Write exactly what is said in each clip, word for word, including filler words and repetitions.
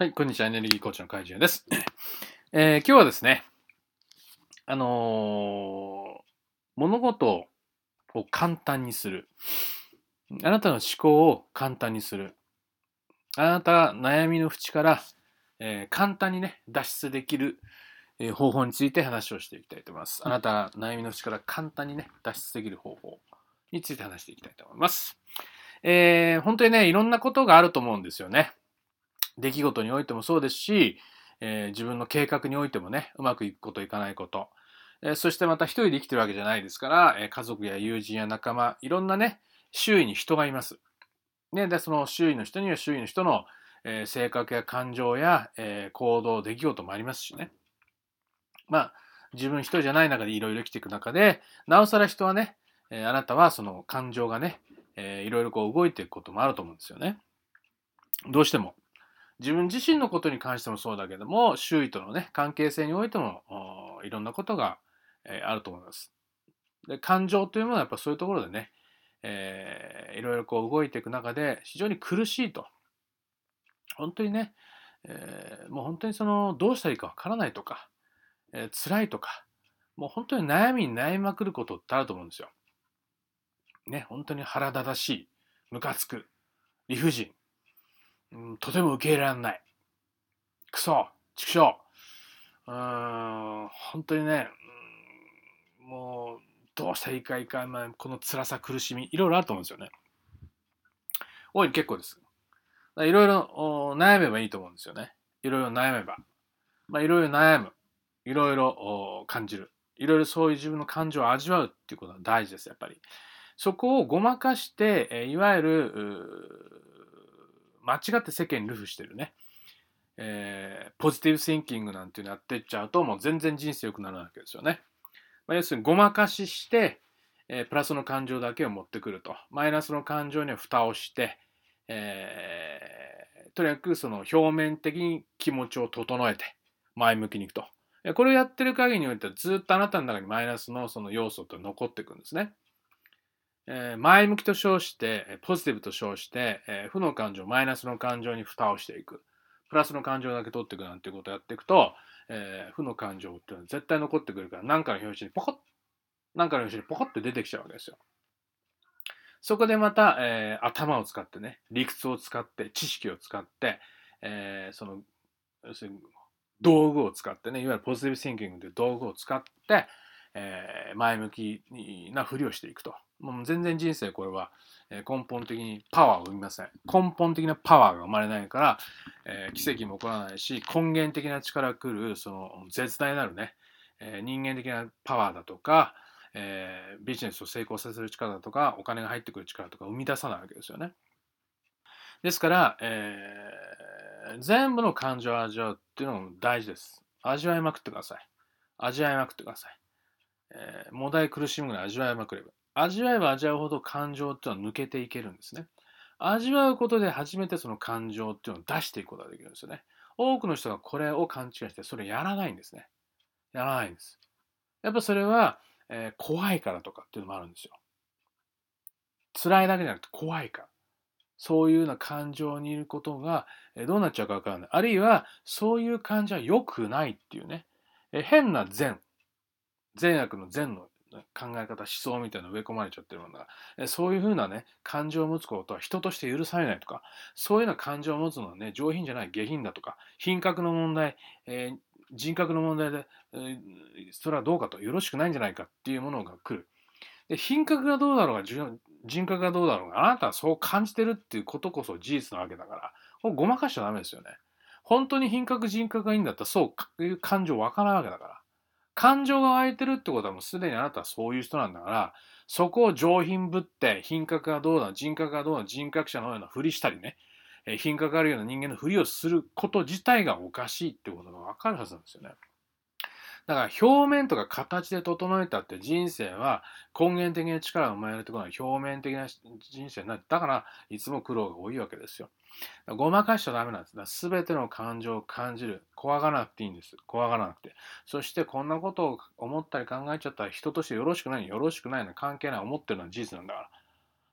はい、こんにちは。エネルギーコーチの海中です。えー今日はですね、あのー物事を簡単にする。あなたの思考を簡単にする。あなたが悩みの淵から、えー簡単にね、脱出できる、えー方法について話をしていきたいと思います。あなたが悩みの淵から簡単にね、脱出できる方法について話していきたいと思います。えー本当にね、いろんなことがあると思うんですよね。出来事においてもそうですし、えー自分の計画においてもね、うまくいくこといかないこと、えーそしてまた一人で生きてるわけじゃないですから、えー家族や友人や仲間、いろんなね、周囲に人がいます。ね、で、その周囲の人には周囲の人の、えー性格や感情や、えー行動、出来事もありますしね。まあ、自分一人じゃない中でいろいろ生きていく中で、なおさら人はね、えーあなたはその感情がね、えーいろいろこう動いていくこともあると思うんですよね。どうしても。自分自身のことに関してもそうだけども、周囲とのね、関係性においても、いろんなことが、えーあると思います。で、感情というものはやっぱそういうところでね、えーいろいろこう動いていく中で非常に苦しいと。本当にね、えーもう本当にその、どうしたらいいかわからないとか、えー辛いとか、もう本当に悩みに悩みまくることってあると思うんですよ。ね、本当に腹立たしい、ムカつく、理不尽、うん、とても受け入れられない、クソ、畜生、うーん、本当にね、うんもう、どうしたらいいかいかない、この辛さ、苦しみ、いろいろあると思うんですよね。大いに結構です。いろいろ悩めばいいと思うんですよね。いろいろ悩めば。まあ、いろいろ悩む。いろいろ感じる。いろいろそういう自分の感情を味わうっていうことが大事です、やっぱり。そこをごまかして、いわゆる、間違って世間に流布してるね、えーポジティブシンキングなんていうのやっていっちゃうと、もう全然人生良くならないわけですよね。まあ、要するにごまかしして、えープラスの感情だけを持ってくると。マイナスの感情には蓋をして、えーとにかくその表面的に気持ちを整えて前向きにいくと。これをやってる限りにおいてはずっとあなたの中にマイナスのその要素って残っていくんですね。えー前向きと称して、ポジティブと称して、えー負の感情、マイナスの感情に蓋をしていく。プラスの感情だけ取っていくなんていうことをやっていくと、えー負の感情っていうのは絶対残ってくるから、何かの表紙にポコッ、何かの表紙にポコッて出てきちゃうわけですよ。そこでまた、えー頭を使ってね、理屈を使って、知識を使って、えーその、要するに道具を使ってね、いわゆるポジティブシンキングという道具を使って、えー前向きなふりをしていくと。もう全然人生これは根本的にパワーを生みません。根本的なパワーが生まれないから、えー奇跡も起こらないし、根源的な力が来る、その絶大なるね、えー人間的なパワーだとか、えービジネスを成功させる力だとか、お金が入ってくる力とか生み出さないわけですよね。ですから、えー全部の感情を味わうっていうのも大事です。味わいまくってください。味わいまくってください。えー、もだえ苦しむぐらい味わいまくれば。味わえば味わうほど感情っていうのは抜けていけるんですね。味わうことで初めてその感情っていうのを出していくことができるんですよね。多くの人がこれを勘違いしてそれやらないんですね。やらないんです。やっぱそれは、えー怖いからとかっていうのもあるんですよ。辛いだけじゃなくて怖いから。そういうような感情にいることがどうなっちゃうかわからない。あるいは、そういう感じは良くないっていうね、変な善、善悪の善の考え方、思想みたいなの植え込まれちゃってるものが、そういうふうなね、感情を持つことは人として許されないとか、そういうような感情を持つのはね、上品じゃない、下品だとか、品格の問題、えー人格の問題で、えーそれはどうかと、よろしくないんじゃないかっていうものが来る。で、品格がどうだろうが、人格がどうだろうが、あなたはそう感じてるっていうことこそ事実なわけだから、これごまかしちゃダメですよね。本当に品格、人格がいいんだったら、そういう感情わからないわけだから。感情が湧いてるってことはもうすでにあなたはそういう人なんだから、そこを上品ぶって、品格がどうだ、人格がどうだ、人格者のようなふりしたりね、品格あるような人間のふりをすること自体がおかしいってことがわかるはずなんですよね。だから表面とか形で整えたって人生は根源的な力が生まれるところは表面的な人生になる。だからいつも苦労が多いわけですよ。ごまかしちゃダメなんです。すべての感情を感じる。怖がらなくていいんです。怖がらなくて。そしてこんなことを思ったり考えちゃったら人としてよろしくない。よろしくないの関係ない。思ってるのは事実なんだから。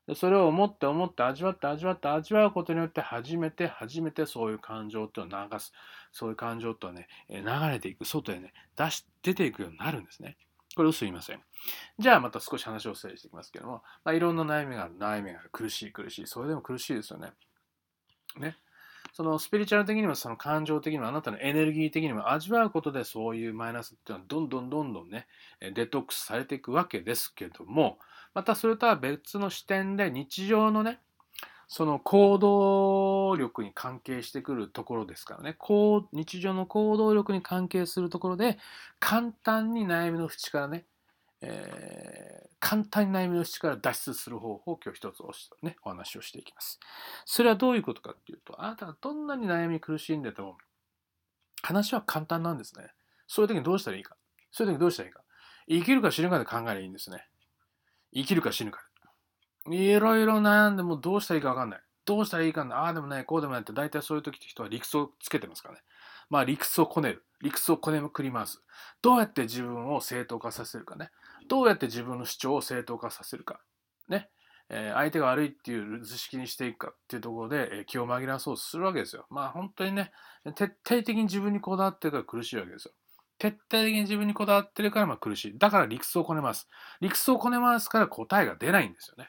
でそれを思って思って味わって味わって味わうことによって初めて初めてそういう感情っていうのを流す。そういう感情とはね、流れていく、外へね、出し、出ていくようになるんですね。これ嘘言いません。じゃあまた少し話を整理していきますけども、まあ、いろんな悩みがある、悩みがある、苦しい苦しい、それでも苦しいですよね。ね。そのスピリチュアル的にもその感情的にもあなたのエネルギー的にも味わうことでそういうマイナスっていうのはどんどんどんどんねデトックスされていくわけですけども、またそれとは別の視点で日常のねその行動力に関係してくるところですからね、こう日常の行動力に関係するところで簡単に悩みの淵からね、えー、簡単に悩みの淵から脱出する方法を今日一つお,、ね、お話をしていきます。それはどういうことかっていうと、あなたがどんなに悩み苦しんでても話は簡単なんですね。そういう時にどうしたらいいか。そういう時にどうしたらいいか。生きるか死ぬかで考えればいいんですね。生きるか死ぬか。いろいろ悩んでもどうしたらいいか分かんない。どうしたらいいかああでもない、こうでもないって大体そういう時って人は理屈をつけてますからね。まあ理屈をこねる。理屈をこねくり回す。どうやって自分を正当化させるかね。どうやって自分の主張を正当化させるか。ね。えー、相手が悪いっていう図式にしていくかっていうところで、えー、気を紛らわそうとするわけですよ。まあ本当にね、徹底的に自分にこだわってるから苦しいわけですよ。徹底的に自分にこだわってるからまあ苦しい。だから理屈をこねます。理屈をこねますから答えが出ないんですよね。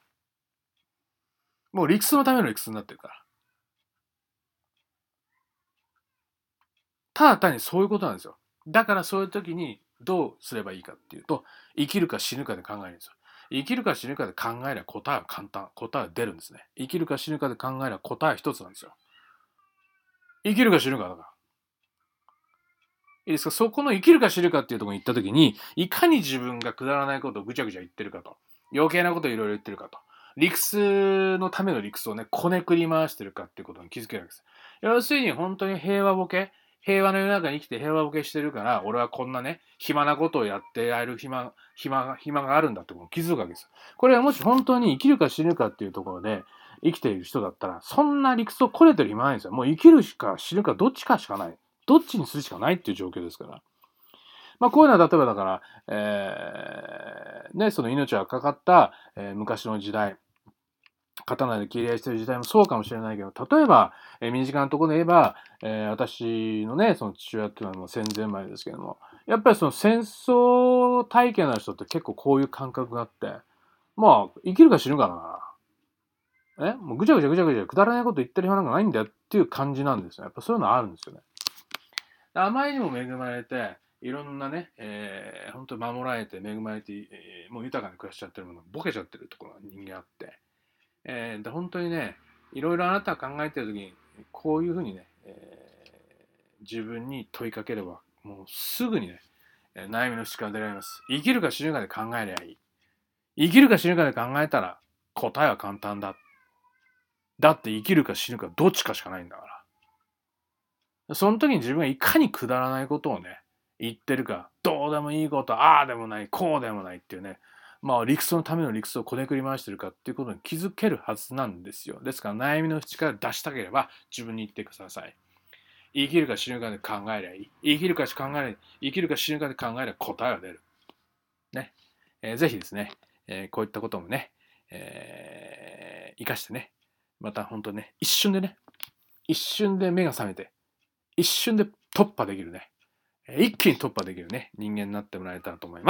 もう理屈のための理屈になってるから。ただ単にそういうことなんですよ。だからそういう時にどうすればいいかっていうと、生きるか死ぬかで考えるんですよ。生きるか死ぬかで考えれば答えは簡単。答えは出るんですね。生きるか死ぬかで考えれば答えは一つなんですよ。生きるか死ぬかだから。いいですか？そこの生きるか死ぬかっていうところに行った時に、いかに自分がくだらないことをぐちゃぐちゃ言ってるかと。余計なことをいろいろ言ってるかと。理屈のための理屈をね、こねくり回してるかっていうことに気づけるわけです。要するに本当に平和ボケ、平和の世の中に生きて平和ボケしてるから、俺はこんなね、暇なことをやってやる暇、暇、暇があるんだってことに気づくわけです。これはもし本当に生きるか死ぬかっていうところで生きている人だったら、そんな理屈をこねてる暇ないんですよ。もう生きるしか死ぬかどっちかしかない。どっちにするしかないっていう状況ですから。まあ、こういうのは例えばだから、えー、ね、その命がかかった、えー、昔の時代、刀で切り合いしてる時代もそうかもしれないけど、例えば、えー、身近なところで言えば、えー、私のね、その父親っていうのはもう戦前前ですけども、やっぱりその戦争体験の人って結構こういう感覚があって、まあ、生きるか死ぬかだから、えもうぐちゃぐちゃぐちゃぐちゃくだらないこと言ってる暇なんかないんだよっていう感じなんですよ。やっぱそういうのあるんですよね。あまりにも恵まれて、いろんなね、えー、本当に守られて恵まれて、えー、もう豊かに暮らしちゃってるもの、ボケちゃってるところが人間あって、えー、で本当にね、いろいろあなたが考えてる時に、こういうふうにね、えー、自分に問いかければ、もうすぐにね、悩みの質から出られます。生きるか死ぬかで考えればいい。生きるか死ぬかで考えたら答えは簡単だ。だって生きるか死ぬかどっちかしかないんだから。その時に自分がいかにくだらないことをね、言ってるか、どうでもいいこと、ああでもない、こうでもないっていうね、まあ理屈のための理屈をこねくり回してるかっていうことに気づけるはずなんですよ。ですから悩みの淵から出したければ自分に言ってください。生きるか死ぬかで考えりゃいい。生きるか考えりゃいい。生きるか死ぬかで考えれば答えが出る。ね。えー、ぜひですね、えー、こういったこともね、えー、生かしてね、また本当にね、一瞬でね、一瞬で目が覚めて、一瞬で突破できるね。一気に突破できるね、人間になってもらえたらと思います。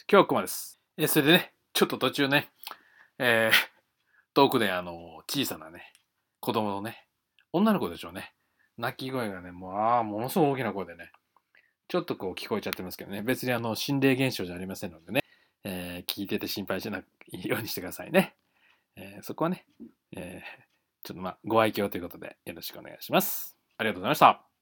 今日はここまでです。えそれでね、ちょっと途中ね、えー、遠くであの、小さなね、子供のね、女の子でしょうね。泣き声がね、もう、ああ、ものすごい大きな声でね、ちょっとこう聞こえちゃってますけどね、別にあの、心霊現象じゃありませんのでね、えー、聞いてて心配しないようにしてくださいね。えー、そこはね、えー、ちょっとまあ、ご愛嬌ということでよろしくお願いします。ありがとうございました。